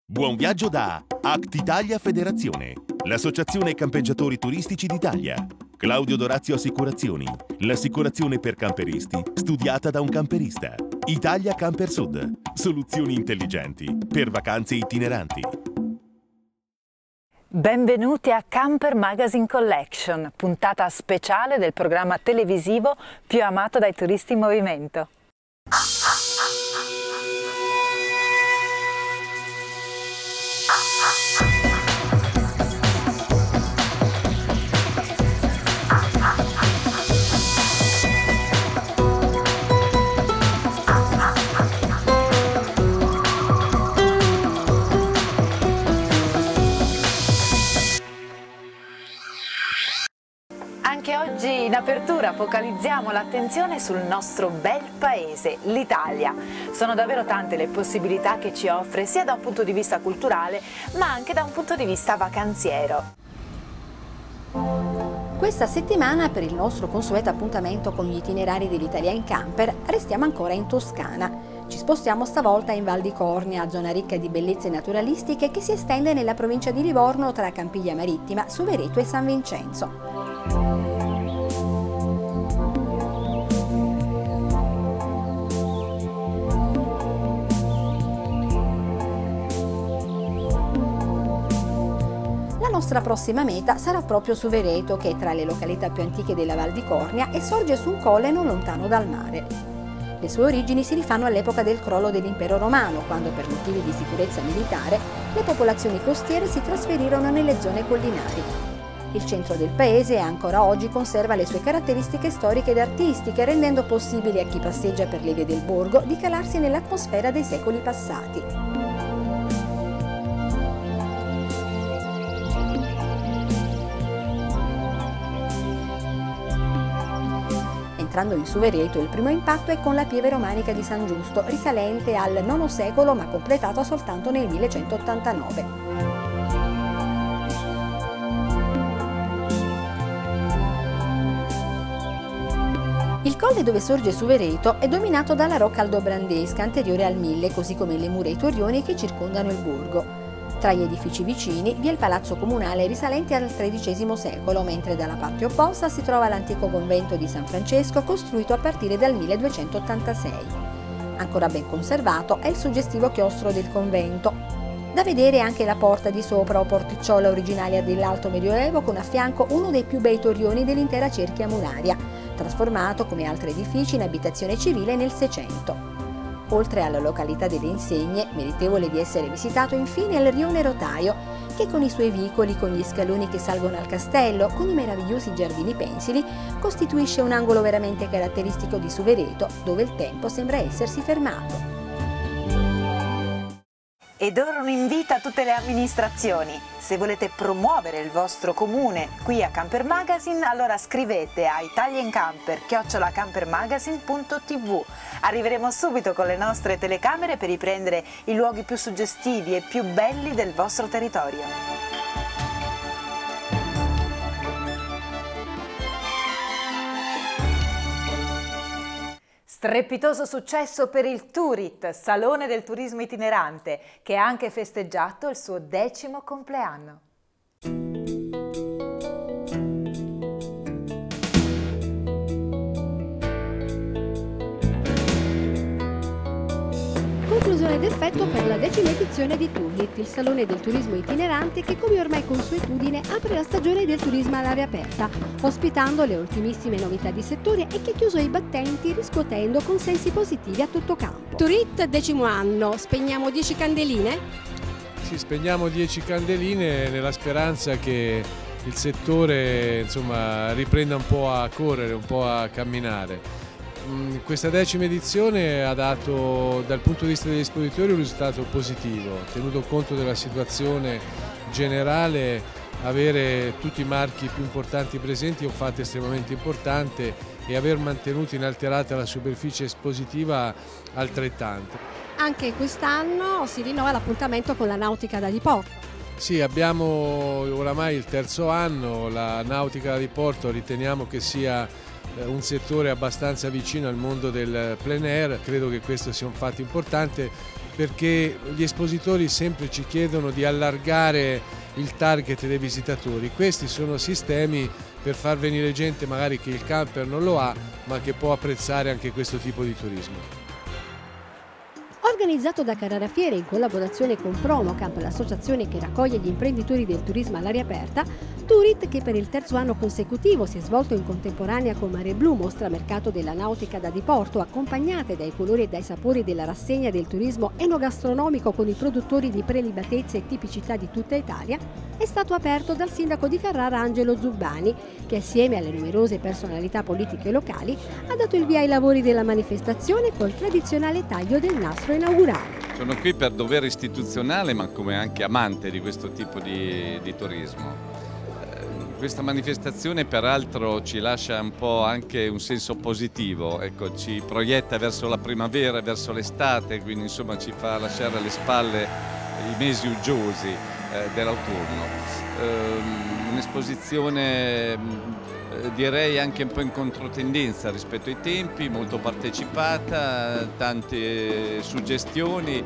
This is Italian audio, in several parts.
Buon viaggio da Act Italia Federazione, l'associazione campeggiatori turistici d'Italia. Claudio Dorazio Assicurazioni, l'assicurazione per camperisti studiata da un camperista. Italia Camper Sud, soluzioni intelligenti per vacanze itineranti. Benvenuti a Camper Magazine Collection, puntata speciale del programma televisivo più amato dai turisti in movimento. Anche oggi in apertura focalizziamo l'attenzione sul nostro bel paese, l'Italia. Sono davvero tante le possibilità che ci offre sia da un punto di vista culturale ma anche da un punto di vista vacanziero. Questa settimana, per il nostro consueto appuntamento con gli itinerari dell'Italia in camper, restiamo ancora in Toscana. Ci spostiamo stavolta in Val di Cornia, zona ricca di bellezze naturalistiche che si estende nella provincia di Livorno tra Campiglia Marittima, Suvereto e San Vincenzo. La nostra prossima meta sarà proprio Suvereto, che è tra le località più antiche della Val di Cornia e sorge su un colle non lontano dal mare. Le sue origini si rifanno all'epoca del crollo dell'Impero Romano, quando per motivi di sicurezza militare le popolazioni costiere si trasferirono nelle zone collinari. Il centro del paese ancora oggi conserva le sue caratteristiche storiche ed artistiche, rendendo possibile a chi passeggia per le vie del borgo di calarsi nell'atmosfera dei secoli passati. Entrando in Suvereto, il primo impatto è con la pieve romanica di San Giusto, risalente al IX secolo ma completata soltanto nel 1189. Il colle dove sorge Suvereto è dominato dalla rocca aldobrandesca anteriore al 1000, così come le mura Torioni che circondano il borgo. Tra gli edifici vicini vi è il palazzo comunale risalente al XIII secolo, mentre dalla parte opposta si trova l'antico convento di San Francesco costruito a partire dal 1286. Ancora ben conservato è il suggestivo chiostro del convento. Da vedere anche la porta di sopra o porticciola originaria dell'Alto Medioevo, con a fianco uno dei più bei torrioni dell'intera cerchia muraria, trasformato come altri edifici in abitazione civile nel Seicento. Oltre alla località delle insegne, meritevole di essere visitato infine è il rione Rotaio, che con i suoi vicoli, con gli scaloni che salgono al castello, con i meravigliosi giardini pensili, costituisce un angolo veramente caratteristico di Suvereto, dove il tempo sembra essersi fermato. Ed ora un invito a tutte le amministrazioni. Se volete promuovere il vostro comune qui a Camper Magazine, allora scrivete a italiancamper@campermagazine.tv. Arriveremo subito con le nostre telecamere per riprendere i luoghi più suggestivi e più belli del vostro territorio. Strepitoso successo per il Turit, Salone del Turismo Itinerante, che ha anche festeggiato il suo 10° compleanno. Conclusione d'effetto per la 10ª edizione di Turit, il Salone del Turismo Itinerante che, come ormai consuetudine, apre la stagione del turismo all'aria aperta, ospitando le ultimissime novità di settore e che ha chiuso i battenti riscuotendo consensi positivi a tutto campo. Turit 10° anno, spegniamo 10 candeline? Sì, spegniamo 10 candeline nella speranza che il settore riprenda un po' a correre, un po' a camminare. Questa 10ª edizione ha dato dal punto di vista degli espositori un risultato positivo, tenuto conto della situazione generale. Avere tutti i marchi più importanti presenti è un fatto estremamente importante e aver mantenuto inalterata la superficie espositiva altrettanto. Anche quest'anno si rinnova l'appuntamento con la nautica da diporto. Sì, abbiamo oramai il 3° anno, la nautica da diporto riteniamo che sia un settore abbastanza vicino al mondo del plein air, credo che questo sia un fatto importante perché gli espositori sempre ci chiedono di allargare il target dei visitatori. Questi sono sistemi per far venire gente magari che il camper non lo ha, ma che può apprezzare anche questo tipo di turismo. Organizzato da Carrara Fiere in collaborazione con Promocamp, l'associazione che raccoglie gli imprenditori del turismo all'aria aperta, Tourit, che per il terzo anno consecutivo si è svolto in contemporanea con Mare Blu, mostra mercato della nautica da diporto, accompagnate dai colori e dai sapori della rassegna del turismo enogastronomico con i produttori di prelibatezze e tipicità di tutta Italia, è stato aperto dal sindaco di Carrara Angelo Zubbani, che assieme alle numerose personalità politiche locali ha dato il via ai lavori della manifestazione col tradizionale taglio del nastro inaugurale. Sono qui per dovere istituzionale, ma come anche amante di questo tipo di turismo. Questa manifestazione peraltro ci lascia un po' anche un senso positivo, ecco, ci proietta verso la primavera, verso l'estate, quindi insomma ci fa lasciare alle spalle i mesi uggiosi dell'autunno. Un'esposizione direi anche un po' in controtendenza rispetto ai tempi, molto partecipata, tante suggestioni,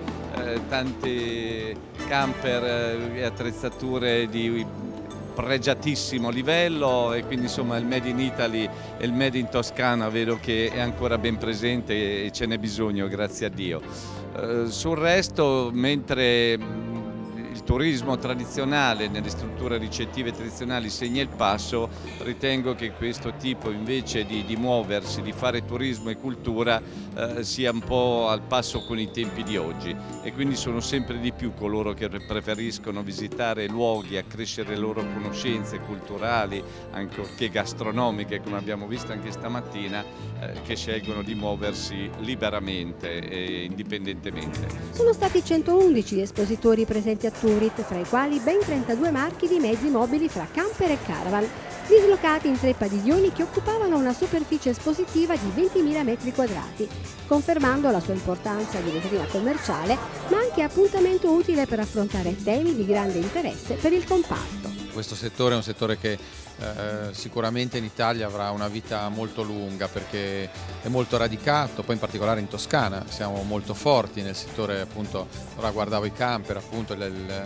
tanti camper e attrezzature di pregiatissimo livello, e quindi insomma il Made in Italy e il Made in Toscana vedo che è ancora ben presente e ce n'è bisogno, grazie a Dio. Sul resto, mentre il turismo tradizionale nelle strutture ricettive tradizionali segna il passo, ritengo che questo tipo invece di muoversi, di fare turismo e cultura sia un po' al passo con i tempi di oggi, e quindi sono sempre di più coloro che preferiscono visitare luoghi, accrescere le loro conoscenze culturali, anche gastronomiche, come abbiamo visto anche stamattina, che scelgono di muoversi liberamente e indipendentemente. Sono stati 111 gli espositori presenti a Tourit, fra i quali ben 32 marchi di mezzi mobili fra camper e caravan, dislocati in 3 padiglioni che occupavano una superficie espositiva di 20.000 metri quadrati, confermando la sua importanza di vetrina commerciale, ma anche appuntamento utile per affrontare temi di grande interesse per il comparto. Questo settore è un settore che sicuramente in Italia avrà una vita molto lunga, perché è molto radicato, poi in particolare in Toscana siamo molto forti nel settore, appunto, ora guardavo i camper, appunto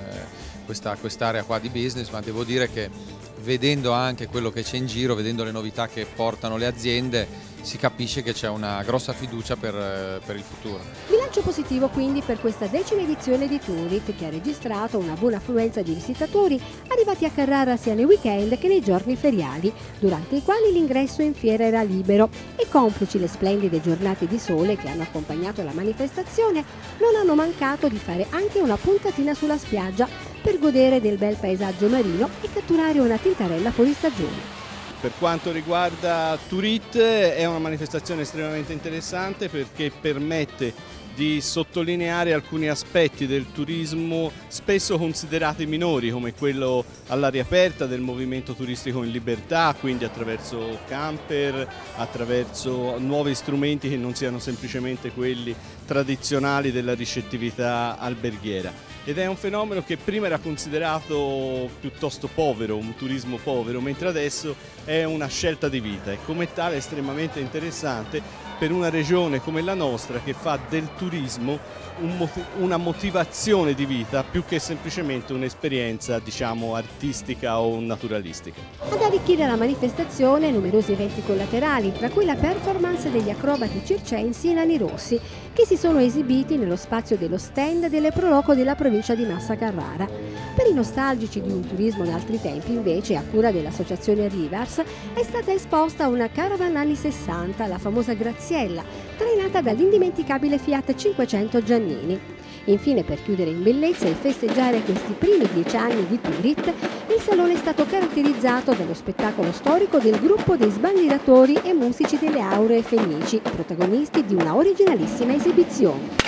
quest'area qua di business, ma devo dire che vedendo anche quello che c'è in giro, vedendo le novità che portano le aziende, si capisce che c'è una grossa fiducia per il futuro. Bilancio positivo quindi per questa 10ª edizione di Tourit, che ha registrato una buona affluenza di visitatori arrivati a Carrara sia nei weekend che nei giorni feriali, durante i quali l'ingresso in fiera era libero, e complici le splendide giornate di sole che hanno accompagnato la manifestazione, non hanno mancato di fare anche una puntatina sulla spiaggia per godere del bel paesaggio marino e catturare una tintarella fuori stagione. Per quanto riguarda Tourit, è una manifestazione estremamente interessante perché permette di sottolineare alcuni aspetti del turismo spesso considerati minori, come quello all'aria aperta del movimento turistico in libertà, quindi attraverso camper, attraverso nuovi strumenti che non siano semplicemente quelli tradizionali della ricettività alberghiera. Ed è un fenomeno che prima era considerato piuttosto povero, un turismo povero, mentre adesso è una scelta di vita e come tale è estremamente interessante per una regione come la nostra, che fa del turismo una motivazione di vita più che semplicemente un'esperienza, diciamo, artistica o naturalistica. Ad arricchire la manifestazione numerosi eventi collaterali, tra cui la performance degli acrobati circensi e nani rossi, che si sono esibiti nello spazio dello stand delle Proloco della provincia di Massa Carrara. Per i nostalgici di un turismo d'altri tempi, invece, a cura dell'associazione Rivers, è stata esposta una caravan anni 60, la famosa Graziella, trainata dall'indimenticabile Fiat 500 Giannini. Infine, per chiudere in bellezza e festeggiare questi primi 10 anni di Tourit, il salone è stato caratterizzato dallo spettacolo storico del gruppo dei sbandieratori e musici delle Auree Fenici, protagonisti di una originalissima esibizione.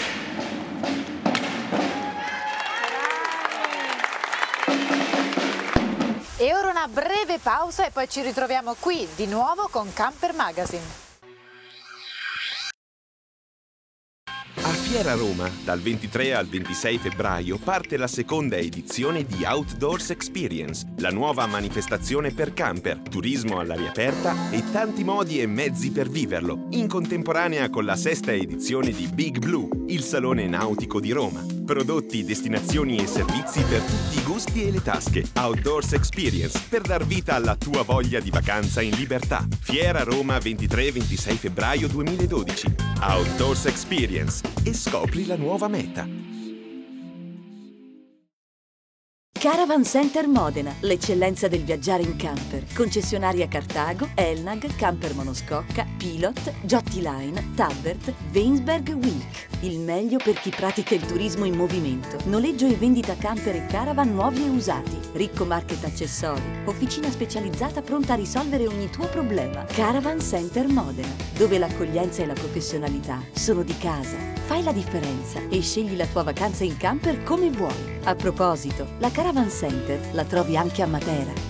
E ora una breve pausa e poi ci ritroviamo qui di nuovo con Camper Magazine. A Fiera Roma, dal 23 al 26 febbraio, parte la seconda edizione di Outdoors Experience, la nuova manifestazione per camper, turismo all'aria aperta e tanti modi e mezzi per viverlo, in contemporanea con la 6ª edizione di Big Blue, il salone nautico di Roma. Prodotti, destinazioni e servizi per tutti i gusti e le tasche. Outdoors Experience, per dar vita alla tua voglia di vacanza in libertà. Fiera Roma 23-26 febbraio 2012. Outdoors Experience, e scopri la nuova meta. Caravan Center Modena, l'eccellenza del viaggiare in camper. Concessionaria Cartago, Elnag, Camper Monoscocca, Pilot, Jotti Line, Tabbert, Weinsberg Wilk. Il meglio per chi pratica il turismo in movimento. Noleggio e vendita camper e caravan nuovi e usati. Ricco market accessori. Officina specializzata pronta a risolvere ogni tuo problema. Caravan Center Modena, dove l'accoglienza e la professionalità sono di casa. Fai la differenza e scegli la tua vacanza in camper come vuoi. A proposito, la Caravan Center la trovi anche a Matera.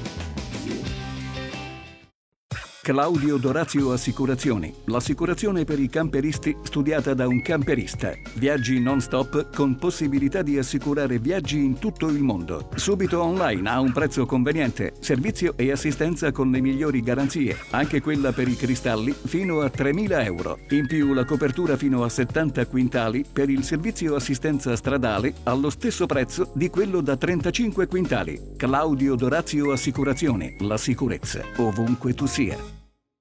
Claudio Dorazio Assicurazioni, l'assicurazione per i camperisti studiata da un camperista. Viaggi non stop con possibilità di assicurare viaggi in tutto il mondo. Subito online a un prezzo conveniente, servizio e assistenza con le migliori garanzie, anche quella per i cristalli fino a 3.000 euro. In più la copertura fino a 70 quintali per il servizio assistenza stradale allo stesso prezzo di quello da 35 quintali. Claudio Dorazio Assicurazioni, la sicurezza ovunque tu sia.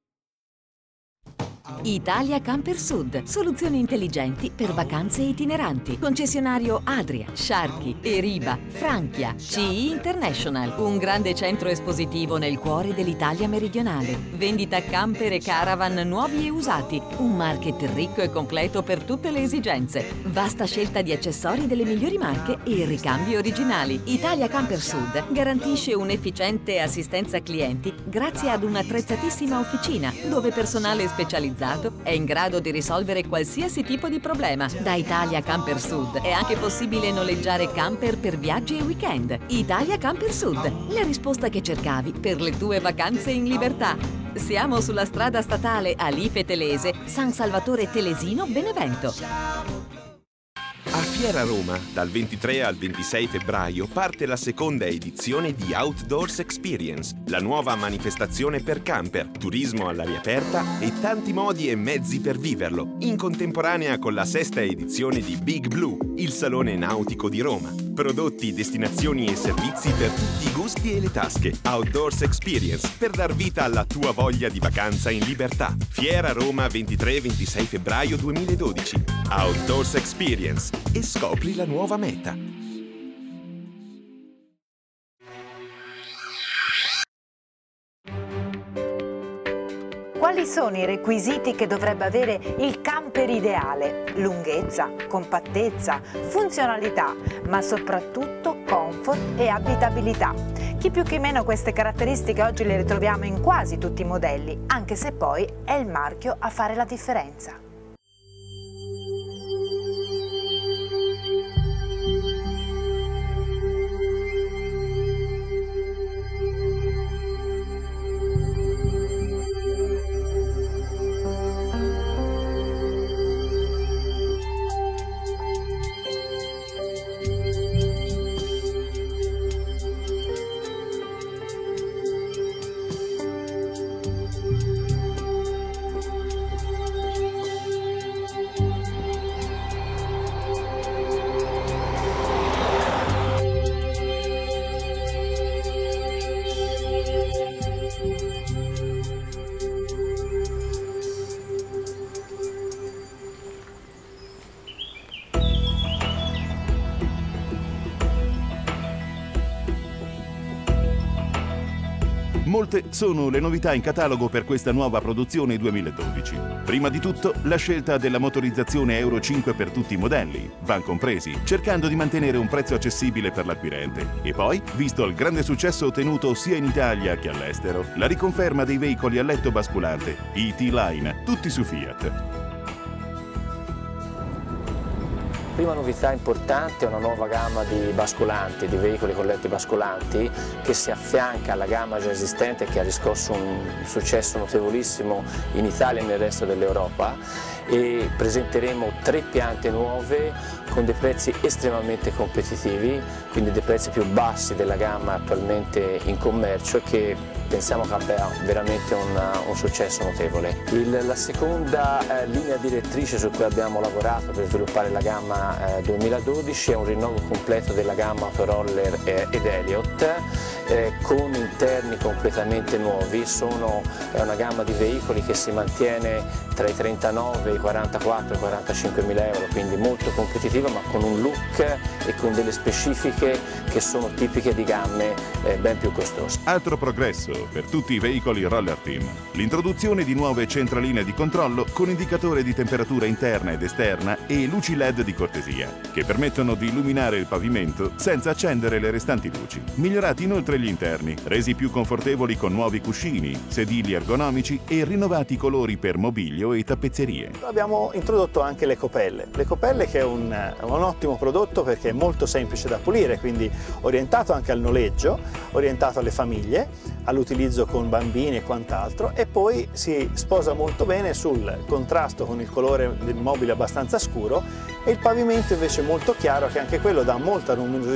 Italia Camper Sud, soluzioni intelligenti per vacanze itineranti. Concessionario Adria, Sharky, Eriba, Franchia, CI International, un grande centro espositivo nel cuore dell'Italia meridionale. Vendita camper e caravan nuovi e usati, un market ricco e completo per tutte le esigenze. Vasta scelta di accessori delle migliori marche e ricambi originali. Italia Camper Sud garantisce un'efficiente assistenza clienti grazie ad un'attrezzatissima officina dove personale specializzato è in grado di risolvere qualsiasi tipo di problema. Da Italia Camper Sud è anche possibile noleggiare camper per viaggi e weekend. Italia Camper Sud, la risposta che cercavi per le tue vacanze in libertà. Siamo sulla strada statale Alife Telese, San Salvatore Telesino, Benevento. A Fiera Roma, dal 23 al 26 febbraio, parte la seconda edizione di Outdoors Experience, la nuova manifestazione per camper, turismo all'aria aperta e tanti modi e mezzi per viverlo, in contemporanea con la sesta edizione di Big Blue, il salone nautico di Roma. Prodotti, destinazioni e servizi per tutti i gusti e le tasche. Outdoors Experience, per dar vita alla tua voglia di vacanza in libertà. Fiera Roma 23-26 febbraio 2012. Outdoors Experience, e scopri la nuova meta. Quali sono i requisiti che dovrebbe avere il camper ideale? Lunghezza, compattezza, funzionalità, ma soprattutto comfort e abitabilità. Chi più chi meno queste caratteristiche oggi le ritroviamo in quasi tutti i modelli, anche se poi è il marchio a fare la differenza. Molte sono le novità in catalogo per questa nuova produzione 2012. Prima di tutto, la scelta della motorizzazione Euro 5 per tutti i modelli, van compresi, cercando di mantenere un prezzo accessibile per l'acquirente. E poi, visto il grande successo ottenuto sia in Italia che all'estero, la riconferma dei veicoli a letto basculante, i T-Line, tutti su Fiat. Prima novità importante è una nuova gamma di basculanti, di veicoli con letti basculanti, che si affianca alla gamma già esistente che ha riscosso un successo notevolissimo in Italia e nel resto dell'Europa. e presenteremo 3 piante nuove con dei prezzi estremamente competitivi, quindi dei prezzi più bassi della gamma attualmente in commercio, che pensiamo che abbia veramente un successo notevole. La seconda linea direttrice su cui abbiamo lavorato per sviluppare la gamma 2012 è un rinnovo completo della gamma Autoroller ed Elliott, con interni completamente nuovi. È una gamma di veicoli che si mantiene tra i 39, i 44 e i 45 mila euro, quindi molto competitiva, ma con un look e con delle specifiche che sono tipiche di gamme ben più costose. Altro progresso per tutti i veicoli Roller Team: l'introduzione di nuove centraline di controllo con indicatore di temperatura interna ed esterna e luci LED di cortesia, che permettono di illuminare il pavimento senza accendere le restanti luci. Migliorati inoltre gli interni, resi più confortevoli con nuovi cuscini, sedili ergonomici e rinnovati colori per mobilio e tappezzerie. Abbiamo introdotto anche le copelle. Le copelle, che è un ottimo prodotto perché è molto semplice da pulire, quindi orientato anche al noleggio, orientato alle famiglie, all'utilizzo con bambini e quant'altro, e poi si sposa molto bene sul contrasto con il colore del mobile abbastanza scuro, e il pavimento invece molto chiaro, che anche quello dà molta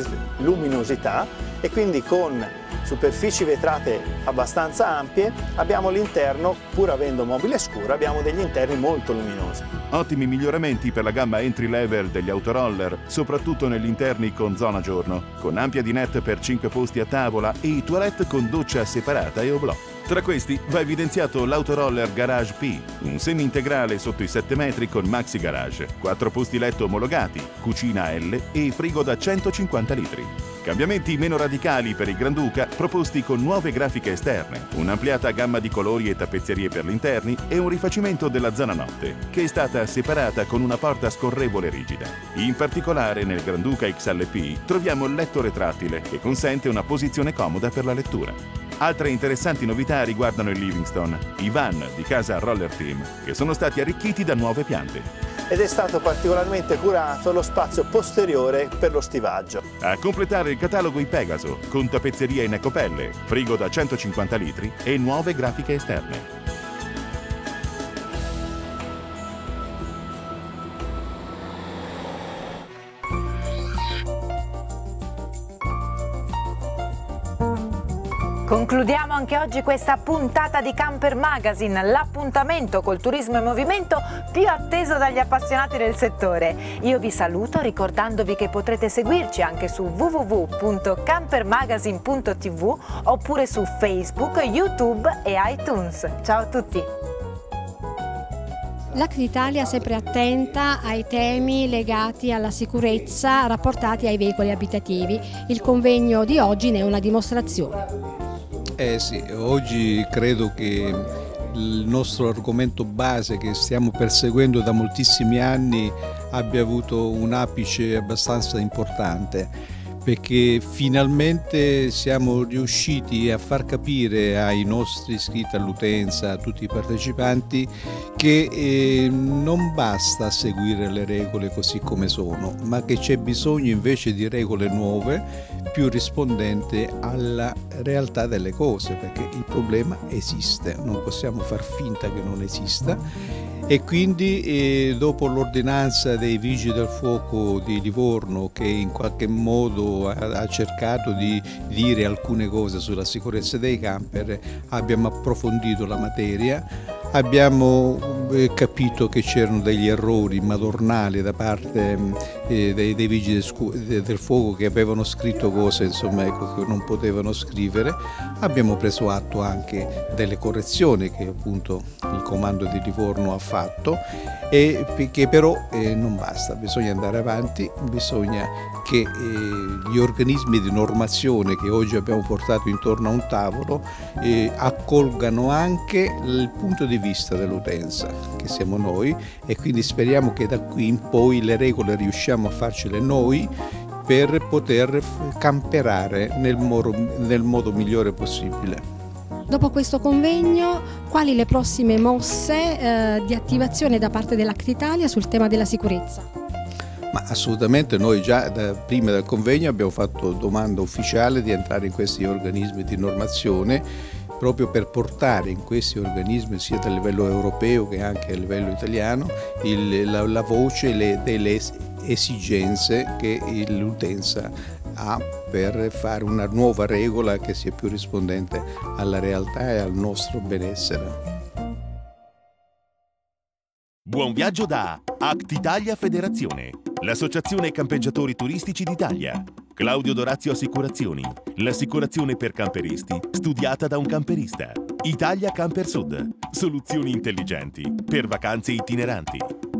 luminosità, e quindi con superfici vetrate abbastanza ampie abbiamo l'interno, pur avendo mobile scuro, abbiamo degli interni molto luminosi. Ottimi miglioramenti per la gamma entry level degli Autoroller, soprattutto negli interni con zona giorno, con ampia dinette per 5 posti a tavola e i toilette con doccia separata e oblò. Tra questi va evidenziato l'Autoroller Garage P, un semi-integrale sotto i 7 metri con maxi garage, 4 posti letto omologati, cucina L e frigo da 150 litri. Cambiamenti meno radicali per il Granduca, proposti con nuove grafiche esterne, un'ampliata gamma di colori e tappezzerie per gli interni e un rifacimento della zona notte, che è stata separata con una porta scorrevole rigida. In particolare nel Granduca XLP troviamo il letto retrattile, che consente una posizione comoda per la lettura. Altre interessanti novità riguardano il Livingston, i van di casa Roller Team, che sono stati arricchiti da nuove piante. Ed è stato particolarmente curato lo spazio posteriore per lo stivaggio. A completare il catalogo i Pegaso, con tappezzeria in ecopelle, frigo da 150 litri e nuove grafiche esterne. Concludiamo anche oggi questa puntata di Camper Magazine, l'appuntamento col turismo in movimento più atteso dagli appassionati del settore. Io vi saluto ricordandovi che potrete seguirci anche su www.campermagazine.tv oppure su Facebook, YouTube e iTunes. Ciao a tutti! L'Acti Italia è sempre attenta ai temi legati alla sicurezza rapportati ai veicoli abitativi. Il convegno di oggi ne è una dimostrazione. Sì, oggi credo che il nostro argomento base che stiamo perseguendo da moltissimi anni abbia avuto un apice abbastanza importante, perché finalmente siamo riusciti a far capire ai nostri iscritti, all'utenza, a tutti i partecipanti, che non basta seguire le regole così come sono, ma che c'è bisogno invece di regole nuove, più rispondenti alla realtà delle cose, perché il problema esiste, non possiamo far finta che non esista. E quindi dopo l'ordinanza dei Vigili del Fuoco di Livorno, che in qualche modo ha cercato di dire alcune cose sulla sicurezza dei camper, abbiamo approfondito la materia, abbiamo capito che c'erano degli errori madornali da parte dei Vigili del Fuoco, che avevano scritto cose insomma, che non potevano scrivere. Abbiamo preso atto anche delle correzioni che appunto il comando di Livorno ha fatto, e che però non basta, bisogna andare avanti, bisogna che gli organismi di normazione che oggi abbiamo portato intorno a un tavolo accolgano anche il punto di vista dell'utenza, che siamo noi, e quindi speriamo che da qui in poi le regole riusciamo a farcele noi per poter camperare nel modo migliore possibile. Dopo questo convegno, quali le prossime mosse di attivazione da parte dell'Acti Italia sul tema della sicurezza? Ma assolutamente, noi già prima del convegno abbiamo fatto domanda ufficiale di entrare in questi organismi di normazione proprio per portare in questi organismi, sia a livello europeo che anche a livello italiano, la voce delle esigenze che l'utenza ha per fare una nuova regola che sia più rispondente alla realtà e al nostro benessere. Buon viaggio da Act Italia Federazione, l'associazione campeggiatori turistici d'Italia. Claudio Dorazio Assicurazioni, l'assicurazione per camperisti studiata da un camperista. Italia Camper Sud, soluzioni intelligenti per vacanze itineranti.